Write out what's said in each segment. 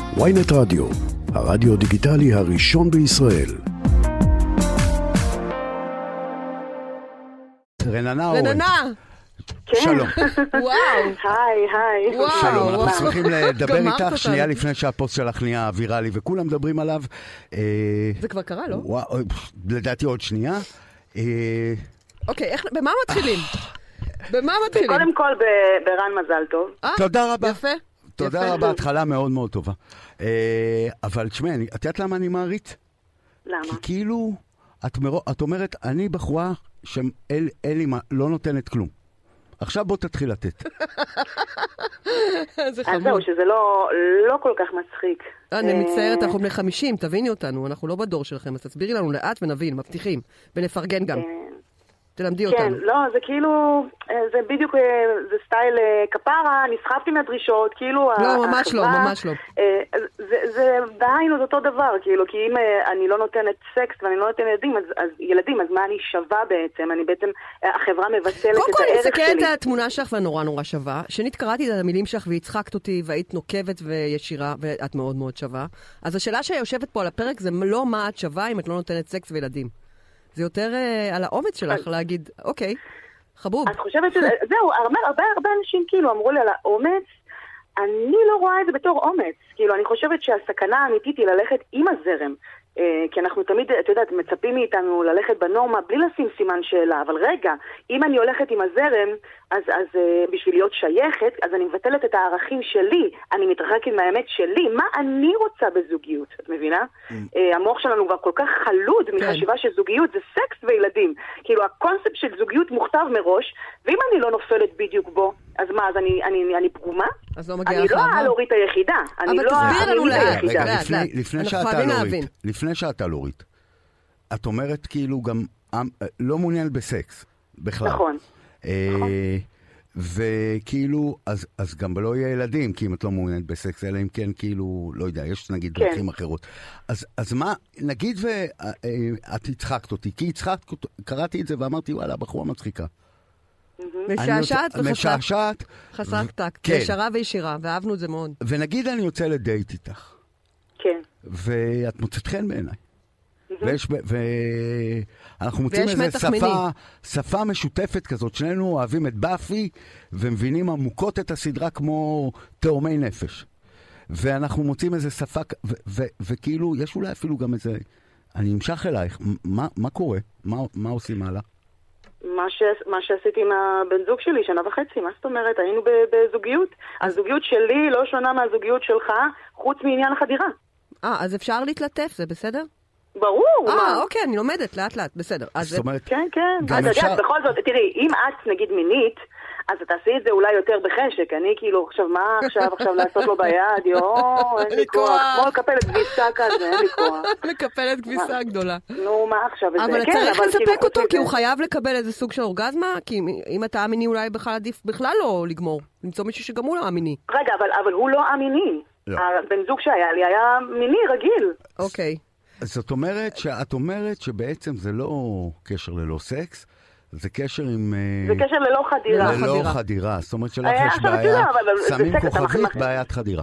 ynet רדיו, הרדיו דיגיטלי הראשון בישראל. רננה. שלום. וואו. היי. שלום, אנחנו שמחים לדבר איתך שנייה לפני שהפוסט שלך נהיה ויראלי וכולם מדברים עליו. זה כבר קרה, לא? לדעתי עוד שנייה. אוקיי, במה מתחילים? קודם כל ברן מזל טוב. תודה רבה. יפה. תודה רבה, התחלה מאוד מאוד טובה. אבל תשמעי, את יודעת למה אני מעריץ? למה? כי כאילו, את אומרת, אני בחורה שאלי לא נותנת כלום. עכשיו בוא תתחיל לתת. זה חמוד. אז זהו, שזה לא כל כך מצחיק. אני מצטערת, אנחנו בני 50, תביני אותנו, אנחנו לא בדור שלכם, אז תסבירי לנו לאט ונבין, מבטיחים, ונפרגן גם. תלמדי אותנו. כן, לא, זה כאילו, זה בדיוק, זה סטייל כפרה, נסחפתי מהדרישות, כאילו... לא, ממש לא, ממש לא. זה בעין עוד אותו דבר, כאילו, כי אם אני לא נותנת סקס ואני לא נותנת ילדים, אז מה אני שווה בעצם? אני בעצם, החברה מבטלת את הערך שלי. קודם כל, אני מסתכלת את התמונה שלך והנורא נורא שווה. שנית, קראתי את המילים שלך והצחקת אותי, והיית נוקבת וישירה, ואת מאוד מאוד שווה. אז השאלה שיושבת פה על הפרק זה לא מה את שווה אם את לא נותנת סקס וילדים. זה יותר על האומץ שלך להגיד, אוקיי, חבוב. את חושבת שזה, זהו, הרבה אנשים כאילו אמרו לי על האומץ, אני לא רואה את זה בתור אומץ. כאילו, אני חושבת שהסכנה האמיתית היא ללכת עם הזרם. כי אנחנו תמיד, את יודעת, מצפים מאיתנו ללכת בנורמה בלי לשים סימן שאלה. אבל רגע, אם אני הולכת עם הזרם, אז בשביל להיות שייכת, אז אני מבטלת את הערכים שלי. אני מתרחקת מהאמת שלי. מה אני רוצה בזוגיות? את מבינה? המוח שלנו כבר כל כך חלוד מחשיבה שזוגיות זה סקס וילדים. כאילו, הקונספט של זוגיות מוכתב מראש, ואם אני לא נופלת בדיוק בו, אז מה, אז אני פגומה? אז לא מגיע אני לא הלורית היחידה. אבל תסביר לנו לאט. רגע, לפני שאתה הלורית, את אומרת כאילו גם לא מעוניין בסקס בכלל. נכון. וכאילו, אז גם לא יהיה ילדים, כי אם את לא מעוניינת בסקס, אלא אם כן, כאילו, לא יודע, יש נגיד דרכים אחרות. אז מה, נגיד ואת הצחקת אותי, כי קראתי את זה ואמרתי, וואלה, בחורה מצחיקה. משעשעת חסרת טקט, ישרה וישירה, ואהבנו את זה מאוד. ונגיד אני יוצא לדייט איתך. כן. ואת מוצאת חן בעיניי. ואנחנו מוצאים איזו שפה משותפת כזאת, שנינו אוהבים את באפי ומבינים עמוקות את הסדרה כמו תאומי נפש. ואנחנו מוצאים איזו שפה, וכאילו יש אולי אפילו גם איזה, אני אמשך אלייך, מה קורה? מה עושים הלאה? מה שעשיתי עם הבן זוג שלי, 1.5 שנה, מה זאת אומרת? היינו בזוגיות. הזוגיות שלי לא שונה מהזוגיות שלך, חוץ מעניין החדירה. אז אפשר להתלטף, זה בסדר? ברור. אוקיי, אני לומדת לאט לאט, בסדר. זאת אומרת, כן. אז יודעת, בכל זאת, תראי, אם את נגיד מינית, אז תעשי את זה אולי יותר בחשק. אני כאילו, מה עכשיו לעשות לו ביד? אין לי כוח. כמו לקפלת כביסה כזה, אין לי כוח. לקפלת כביסה גדולה. נו, מה עכשיו? אבל צריך לספק אותו, כי הוא חייב לקבל איזה סוג של אורגזמה, כי אם אתה אמיני אולי בכלל עדיף בכלל לא לגמור. למצוא מישהו שגם הוא לא אמיני. רגע, אבל הוא לא אמיני. הבן זוג שהיה לי היה מיני רגיל. אוקיי. זאת אומרת שאת אומרת שבעצם זה לא קשר ללא סקס, זה קשר עם... זה קשר ללא חדירה. ללא חדירה. זאת אומרת שלך יש בעיה, שמים כוכבית בעיית חדירה.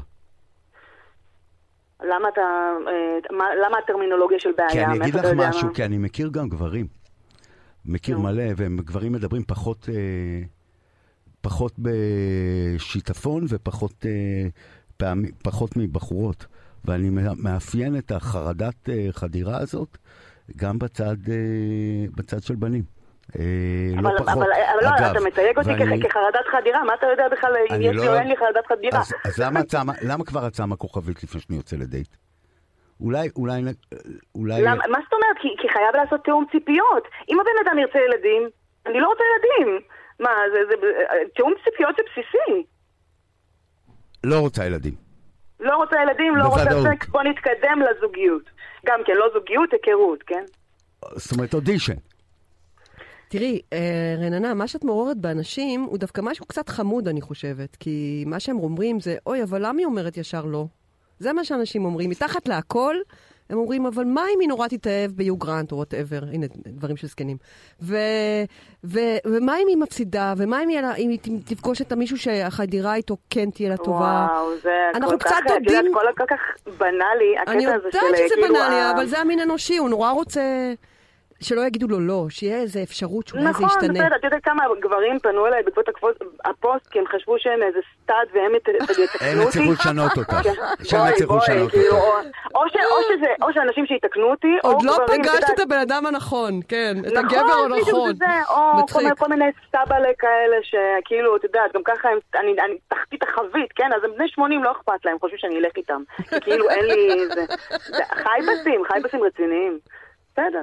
למה הטרמינולוגיה של בעיה? כי אני אגיד לך משהו, כי אני מכיר גם גברים. מכיר מלא, והם גברים מדברים פחות בשיטפון ופחות מבחורות. ואני מאפיין את החרדת חדירה הזאת גם בצד של בנים. לא פחות. אבל לא, אתה מתייג אותי כחרדת חדירה, מה אתה יודע בכלל אם יש לי או אין לי חרדת חדירה? אז למה כבר את שמה כוכבית לפני שאני יוצא לדייט? אולי... מה זאת אומרת? כי חייב לעשות תיאום ציפיות. אם הבן אדם ירצה ילדים, אני לא רוצה ילדים. מה, תיאום ציפיות זה בסיסי. לא רוצה ילדים. לא רוצה ילדים, לא רוצה סקס, בוא נתקדם לזוגיות. גם כן, לא זוגיות, היכרות, כן? זאת אומרת, אודישן. תראי, רננה, מה שאת מעוררת באנשים הוא דווקא משהו קצת חמוד, אני חושבת. כי מה שהם אומרים זה, אוי, אבל למה היא אומרת ישר לא? זה מה שאנשים אומרים. מתחת להכל, הם אומרים, אבל מה אם היא נורא תתאהב ביו גרנט או whatever, הנה, דברים של זקנים. ומה אם היא מפסידה, ומה אם היא תפגוש את מישהו שהחדירה איתו כן תהיה לה טובה. וואו, זה אנחנו קצת דודים. כל כך בנאלי, אני יודעת שזה בנאלי, אבל זה המין אנושי, הוא נורא רוצה שלא יגידו לו לא, שיהיה איזו אפשרות שאולי זה ישתנה. נכון, אתה יודע כמה גברים פנו אליי בעקבות הפוסט, כי הם חשבו שהם איזה סטאד והם יתקנו אותי. הם יצליחו לשנות אותך. שהם יצליחו לשנות אותך. או שאנשים שיתקנו אותי, עוד לא פגשת את הבן אדם הנכון, כן, את הגבר הנכון. או כל מיני סטאבלה כאלה שכאילו, אתה יודע, גם ככה אני תחתית החבית, כן, אז הם בני 80 לא אכפת להם, חושבים שאני אלך איתם. כאילו אין לי איזה... חייבסים רציניים. בסדר.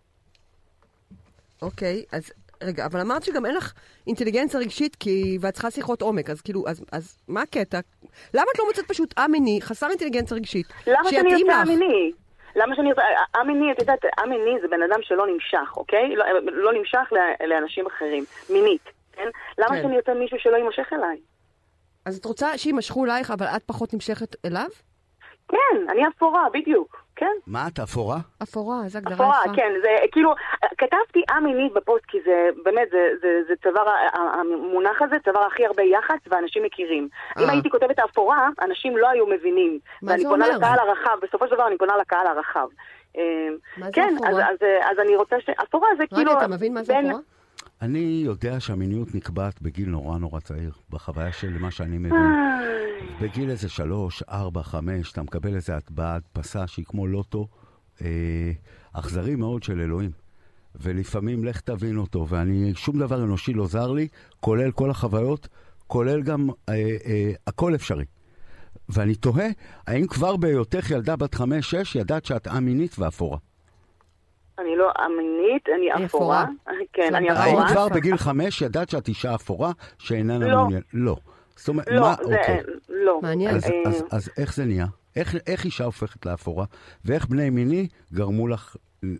אוקיי, אז רגע, אבל אמרת שגם אין לך אינטליגנציה רגשית, ואת צריכה שיחות עומק, אז כאילו, אז מה הקטע? למה את לא מוצאת פשוט א-מיני, חסר אינטליגנציה רגשית? למה שאני רוצה א-מיני? למה שאני רוצה, א-מיני, את יודעת, א-מיני זה בן אדם שלא נמשך, אוקיי? לא נמשך לאנשים אחרים, מינית, כן? למה שאני רוצה מישהו שלא יימשך אליי? אז את רוצה שימשכו אלייך, אבל את פחות נמשכת אליו? כן, אני אפורה, בדיוק. כן. מה, את אפורה? אפורה, זה הגדרה אפורה, יפה. כן, זה כאילו, כתבתי א-מינית בפוסט, כי זה באמת, זה צוואר, המונח הזה, צוואר הכי הרבה יח"צ, ואנשים מכירים. אם הייתי כותבת אפורה, אנשים לא היו מבינים. ואני פונה לקהל הרחב, בסופו של דבר אני פונה לקהל הרחב. מה זה כן, אפורה? אז אני רוצה אפורה זה כאילו... רגע, אתה מבין מה זה אפורה? אני יודע שהמיניות נקבעת בגיל נורא נורא צעיר, בחוויה של מה שאני מבין. בגיל איזה 3, 4, 5, אתה מקבל איזה הטבעת פסה שהיא כמו לוטו, אכזרי מאוד של אלוהים. ולפעמים לך תבין אותו, שום דבר אנושי לא זר לי, כולל כל החוויות, כולל גם הכל אפשרי. ואני תוהה, האם כבר בהיותך ילדה בת 5-6 ידעת שאת א-מינית ואפורה? אני לא א-מינית, אני אפורה. כן, אני אפורה. האם כבר בגיל 5 ידעת שאת אישה אפורה שאיננה מעוניינת? לא. זאת אומרת, מה? אוקיי. לא. מעניין. אז איך זה נהיה? איך אישה הופכת לאפורה? ואיך בני מיני גרמו לך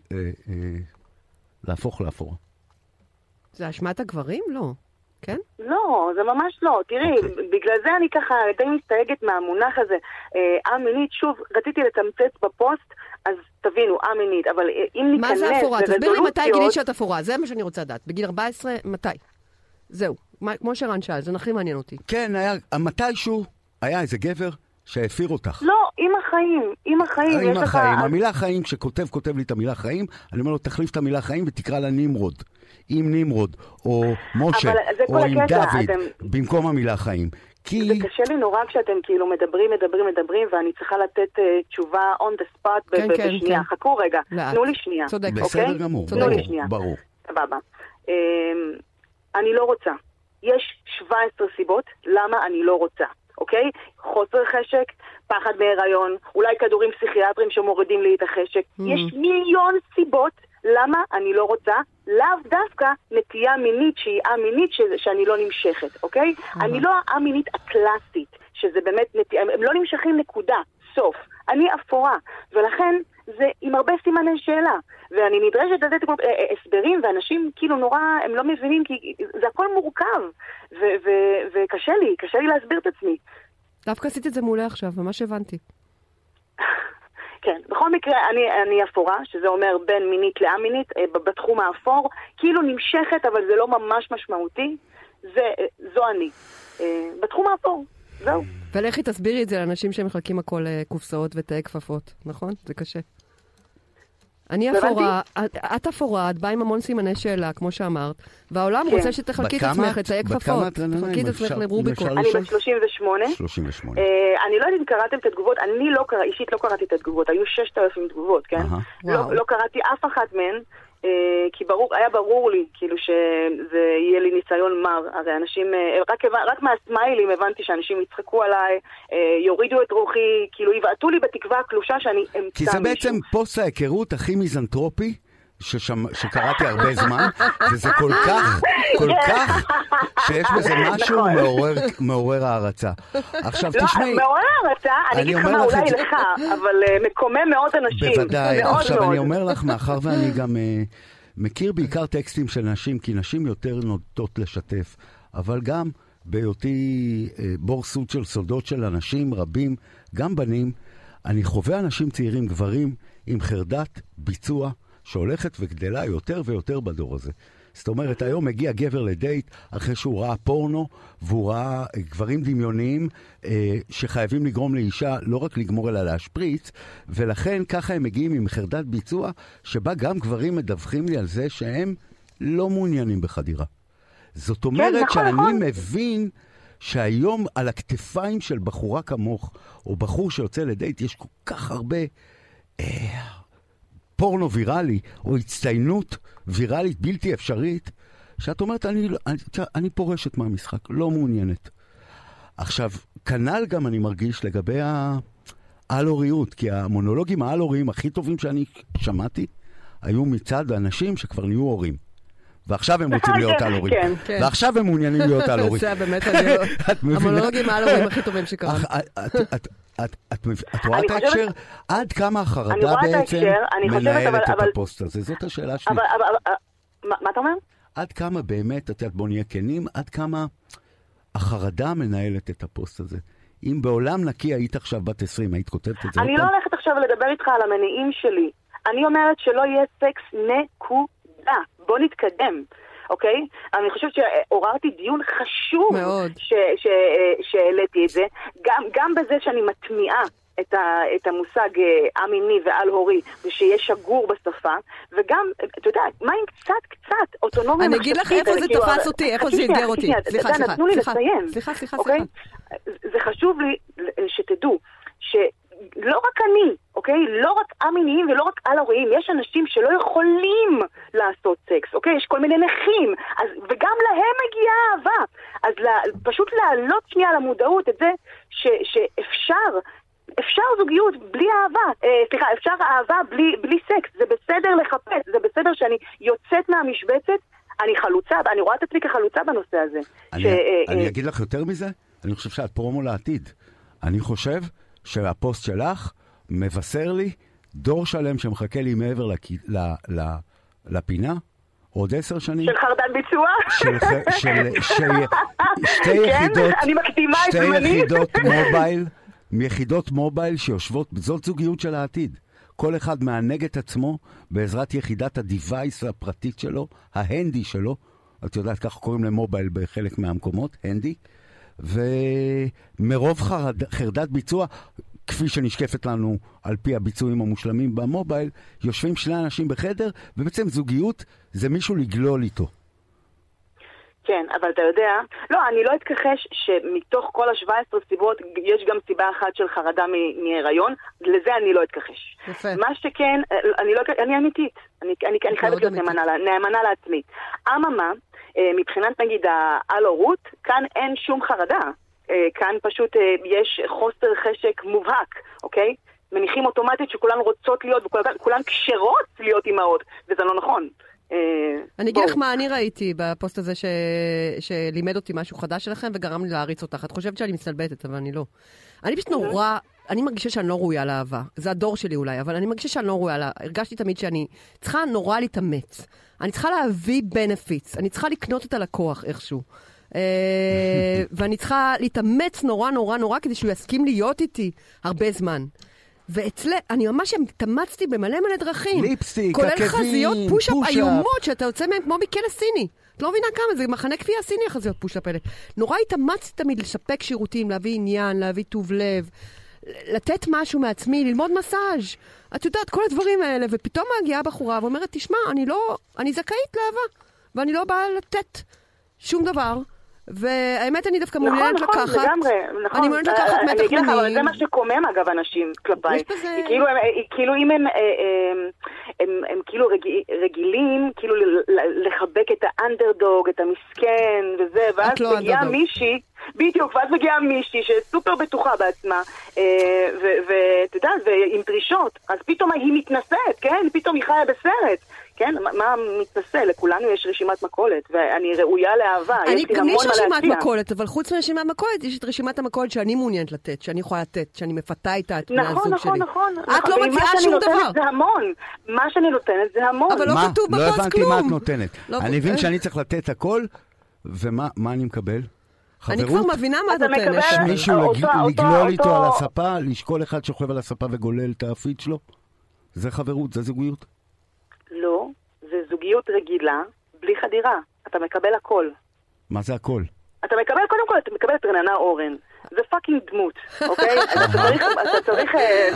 להפוך לאפורה? זה אשמת הגברים? לא. כן? לא, זה ממש לא. תראי, בגלל זה אני ככה די מסתייגת מהמונח הזה. א-מינית, שוב, רציתי לתמצת בפוסט, אז תבינו, א-מינית, אבל אם ניכנס... מה זה אפורה? תסביר לי מתי גילית שאת אפורה, זה מה שאני רוצה לדעת. בגיל 14, מתי? זהו, כמו שרן שאל, זה הכי מעניין אותי. כן, מתישהו היה איזה גבר שהפיר אותך. לא, עם החיים, עם החיים. עם החיים, המילה חיים, כותב לי את המילה חיים, אני אומר לו, תחליף את המילה חיים ותקרא לה נמרוד. עם נמרוד, או משה, או עם דוד, במקום המילה חיים. זה קשה לי נורא כשאתם כאילו מדברים, ואני צריכה לתת תשובה on the spot בשנייה. חכו רגע, תנו לי שנייה. צודק. בסדר גמור, ברור. סבבה. אני לא רוצה. יש 17 סיבות למה אני לא רוצה, אוקיי? חוסר חשק, פחד בהיריון, אולי כדורים פסיכיאטרים שמורידים לי את החשק. יש מיליון סיבות למה אני לא רוצה, לאו דווקא נטייה מינית שהיא א-מינית שאני לא נמשכת, אוקיי? אני לא א-מינית הקלאסית, שזה באמת נטייה, הם לא נמשכים נקודה, סוף. אני אפורה, ולכן זה עם הרבה סימני שאלה. ואני נדרשת לתת הסברים, ואנשים כאילו נורא, הם לא מבינים, כי זה הכל מורכב, וקשה לי להסביר את עצמי. דווקא עשית את זה מעולה עכשיו, ממש הבנתי. כן, בכל מקרה אני אפורה, שזה אומר בין מינית א-מינית, בתחום האפור, כאילו נמשכת, אבל זה לא ממש משמעותי, זו אני. בתחום האפור, זהו. ולכי תסבירי את זה לאנשים שמחלקים הכל קופסאות ותאי כפפות, נכון? זה קשה. אני אפורה, את אפורה, את באה עם המון סימני שאלה, כמו שאמרת, והעולם רוצה שתחלקי את עצמך לתאי כפפות. תחלקי את עצמך לרוביקון. אני בת 38. אני לא יודעת אם קראתם את התגובות, אני אישית לא קראתי את התגובות, היו 6,000 תגובות, כן? לא קראתי אף אחת מהן, כי היה ברור לי, כאילו שזה יהיה לי ניסיון מר. הרי אנשים, רק מהסמיילים הבנתי שאנשים יצחקו עליי, יורידו את רוחי, כאילו יבעטו לי בתקווה הקלושה שאני אמצא מישהו. כי זה בעצם פוסט ההיכרות הכי מיזנטרופי שקראתי הרבה זמן, וזה כל כך שיש בזה משהו מעורר הערצה. עכשיו תשמעי... מעורר הערצה, אני אגיד לך מה, אולי לך, אבל מקומם מאוד אנשים. בוודאי, עכשיו אני אומר לך, מאחר ואני גם מכיר בעיקר טקסטים של נשים, כי נשים יותר נוטות לשתף, אבל גם בהיותי בור סוד של סודות של אנשים רבים, גם בנים, אני חווה אנשים צעירים, גברים, עם חרדת ביצוע שהולכת וגדלה יותר ויותר בדור הזה. זאת אומרת, היום מגיע גבר לדייט אחרי שהוא ראה פורנו, והוא ראה גברים דמיוניים שחייבים לגרום לאישה לא רק לגמור אלא להשפריץ, ולכן ככה הם מגיעים עם חרדת ביצוע, שבה גם גברים מדווחים לי על זה שהם לא מעוניינים בחדירה. זאת אומרת שאני מבין שהיום על הכתפיים של בחורה כמוך, או בחור שיוצא לדייט, יש כל כך הרבה פורנו ויראלי, או הצטיינות ויראלית בלתי אפשרית, שאת אומרת, אני פורשת מהמשחק, לא מעוניינת. עכשיו, כנ"ל גם אני מרגיש לגבי העל-הוריות, כי המונולוגים העל-הוריים הכי טובים שאני שמעתי, היו מצד אנשים שכבר נהיו הורים. ועכשיו הם רוצים להיות על-הורים. ועכשיו הם מעוניינים להיות על-הורים. זה באמת המונולוגים העל-הורים הכי טובים שקראנו. את רואה את ההקשר? עד כמה החרדה בעצם מנהלת את הפוסט הזה? זאת השאלה שלי. מה אתה אומר? עד כמה באמת, בוא נהיה כנים, עד כמה החרדה מנהלת את הפוסט הזה? אם בעולם נקי היית עכשיו בת 20, היית כותבת את זה? אני לא הולכת עכשיו לדבר איתך על המניעים שלי. אני אומרת שלא יהיה סקס נקודה. בוא נתקדם. אוקיי? אני חושבת שעוררתי דיון חשוב שהעליתי את זה, גם בזה שאני מטמיעה את המושג א-מיני ועל-הורי, ושיש שגור בשפה, וגם, אתה יודע, מה עם קצת אוטונומיה מחשבתית? אני אגיד לך איפה זה תפס אותי, איפה זה יגדר אותי. נתנו לי לציין. סליחה. זה חשוב לי שתדעו, לא רק אני, אוקיי? לא רק א-מיניים ולא רק על-הוריים, יש אנשים שלא יכולים לעשות סקס, אוקיי? יש כל מיני נכים, וגם להם מגיעה אהבה. אז פשוט להעלות שנייה על המודעות את זה שאפשר זוגיות בלי אהבה, אפשר אהבה בלי סקס, זה בסדר לחפש, זה בסדר שאני יוצאת מהמשבצת, אני חלוצה, אני רואה את עצמי כחלוצה בנושא הזה. אני אגיד לך יותר מזה, אני חושב שאת פרומו לעתיד. אני חושב שהפוסט שלך מבשר לי דור שלם שמחכה לי מעבר לפינה, עוד 10 שנים. של חרדת ביצוע? שתי יחידות, אני מקדימה את זמני. יחידות מובייל שיושבות, זאת זוגיות של העתיד. כל אחד מענג את עצמו בעזרת יחידת הדיווייס הפרטית שלו, ההנדי שלו, את יודעת, כך קוראים למובייל בחלק מהמקומות, הנדי, ומרוב חרדת ביצוע, כפי שנשקפת לנו על פי הביצועים המושלמים במובייל, יושבים 2 אנשים בחדר, ובעצם זוגיות זה מישהו לגלול איתו. כן, אבל אתה יודע, לא, אני לא אתכחש שמתוך כל ה-17 סיבות, יש גם סיבה אחת של חרדה מהיריון, לזה אני לא אתכחש. מה שכן, אני אמיתית, אני חייבת להיות נאמנה לעצמי. אממה, מבחינת נגיד העל-הורות, כאן אין שום חרדה. כאן פשוט יש חוסר חשק מובהק, אוקיי? מניחים אוטומטית שכולן רוצות להיות, וכולן כשרות להיות אימהות, וזה לא נכון. אני אגיד לך מה אני ראיתי בפוסט הזה שלימד אותי משהו חדש שלכם וגרם לי להריץ אותך. את חושבת שאני מסתלבטת, אבל אני לא. אני פשוט נורא, אני מרגישה שאני לא ראויה לאהבה. זה הדור שלי אולי, אבל אני מרגישה שאני לא ראויה לה. הרגשתי תמיד שאני צריכה נורא להתאמץ. אני צריכה להביא בנפיץ. אני צריכה לקנות את הלקוח איכשהו. ואני צריכה להתאמץ נורא כדי שהוא יסכים להיות איתי הרבה זמן. אני ממש התאמצתי במלא דרכים. ליפסטיק, כולל עקבים, חזיות פושאפ איומות שאתה יוצא מהם כמו מכלא סיני. את לא מבינה כמה, זה מחנה כפייה סיני החזיות פושאפ האלה. נורא התאמצתי תמיד לשפק שירותים, להביא עניין, להביא טוב לב, לתת משהו מעצמי, ללמוד מסאז'. את יודעת, כל הדברים האלה, ופתאום מגיעה בחורה ואומרת, תשמע, אני זכאית לאהבה, ואני לא באה לתת שום דבר. והאמת אני דווקא מעוניינת לקחת. נכון, לגמרי, נכון. אני מעוניינת לקחת מתח מיני. אבל זה מה שקומם אגב אנשים כלפיי. כאילו אם הם כאילו רגילים, כאילו לחבק את האנדרדוג, את המסכן וזה, ואז מגיעה מישהי, בדיוק, ואז מגיעה מישהי שסופר בטוחה בעצמה, ואתה יודע, ועם דרישות, אז פתאום היא מתנשאת, כן? פתאום היא חיה בסרט. כן, מה מתנסה? לכולנו יש רשימת מכולת, ואני ראויה לאהבה. אני גם יש רשימת מכולת, אבל חוץ מרשימת מכולת, יש את רשימת המכולת שאני מעוניינת לתת, שאני יכולה לתת, שאני מפתה איתה את מהזוג שלי. נכון. את לא מציעה שום דבר. זה המון. מה שאני נותנת זה המון. אבל לא כתוב בפוסט כלום. לא הבנתי מה את נותנת. אני מבין שאני צריך לתת הכל, ומה אני מקבל? אני כבר מבינה מה את נותנת. מישהו לגלול איתו על הספה, לשקול אחד שוכב על הספה וגולל את האפיד שלו? זה חברות, זה זוגיות? לא, זה זוגיות רגילה, בלי חדירה. אתה מקבל הכל. מה זה הכל? אתה מקבל, קודם כל, אתה מקבל את רננה אורן. זה פאקינג דמות, אוקיי? אתה צריך...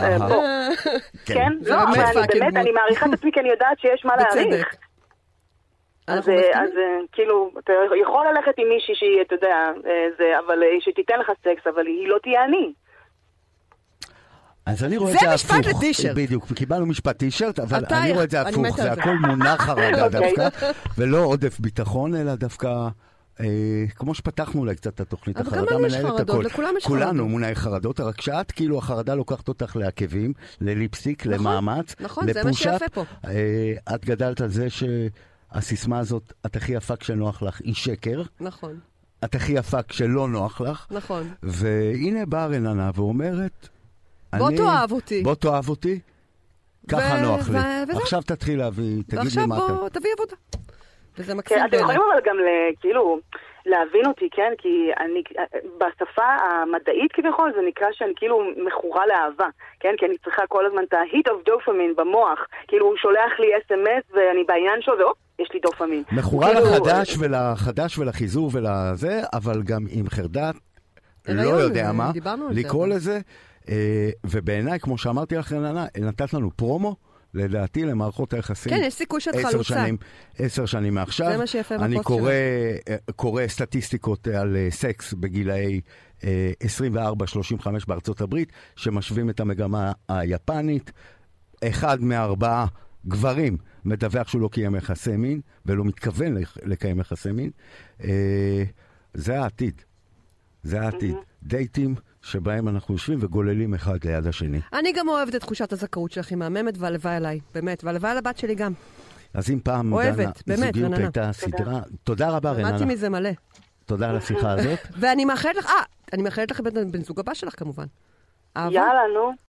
כן? לא, אבל אני באמת, אני מעריכה את עצמי כי אני יודעת שיש מה להעריך. אז כאילו, אתה יכול ללכת עם מישהי שהיא, אתה יודע, אבל שתיתן לך סקס, אבל היא לא תהיה אני. אז אני רואה את זה הפוך. זה משפט לטישרט. בדיוק, קיבלנו משפט טישרט, אבל אני רואה את זה הפוך. זה הכל מונח חרדה דווקא, ולא עודף ביטחון, אלא דווקא, כמו שפתחנו אולי קצת את התוכנית, החרדה מנהלת הכל. כולנו מונעי חרדות, רק שאת, כאילו החרדה לוקחת אותך לעקבים, לליפסיק, למאמץ, נכון, זה מה שיפה פה. את גדלת על זה שהסיסמה הזאת, את הכי יפה כשנוח לך, היא שקר. נכון. את הכי יפה כשלא נוח לך. נכון. והנה באה רננה ואומרת, בוא תאהב אותי. בוא תאהב אותי, ככה נוח לי. עכשיו תתחיל להביא, תגיד לי מה אתה. ועכשיו בוא תביא עבודה. וזה מקסים. אתם יכולים אבל גם כאילו להבין אותי, כן? כי אני, בשפה המדעית כביכול, זה נקרא שאני כאילו מכורה לאהבה, כן? כי אני צריכה כל הזמן את ה-hit of dopamine במוח. כאילו הוא שולח לי SMS ואני בעניין שלו, ואופ, יש לי דופמין. מכורה לחדש ולחיזור ולזה, אבל גם עם חרדת, לא יודע מה, לקרוא לזה. ובעיניי, כמו שאמרתי לך רננה, נתת לנו פרומו, לדעתי, למערכות היחסים. כן, יש סיכוי שאת חלוצה. 10 שנים מעכשיו. זה מה שיפה בפוסט אני שלנו. קורא סטטיסטיקות על סקס בגילאי 24-35 בארצות הברית, שמשווים את המגמה היפנית. 1 מ4 גברים מדווח שהוא לא קיים יחסי מין, ולא מתכוון לקיים יחסי מין. זה העתיד. זה העתיד. דייטים שבהם אנחנו יושבים וגוללים אחד ליד השני. אני גם אוהבת את תחושת הזכאות שלך, היא מהממת, והלוואי עליי, באמת, והלוואי על הבת שלי גם. אז אם פעם זוגיות הייתה סדרה, תודה רבה רננה. למדתי מזה מלא. תודה על השיחה הזאת. ואני מאחלת לך, אני מאחלת לך בן זוג הבא שלך כמובן. יאללה, נו.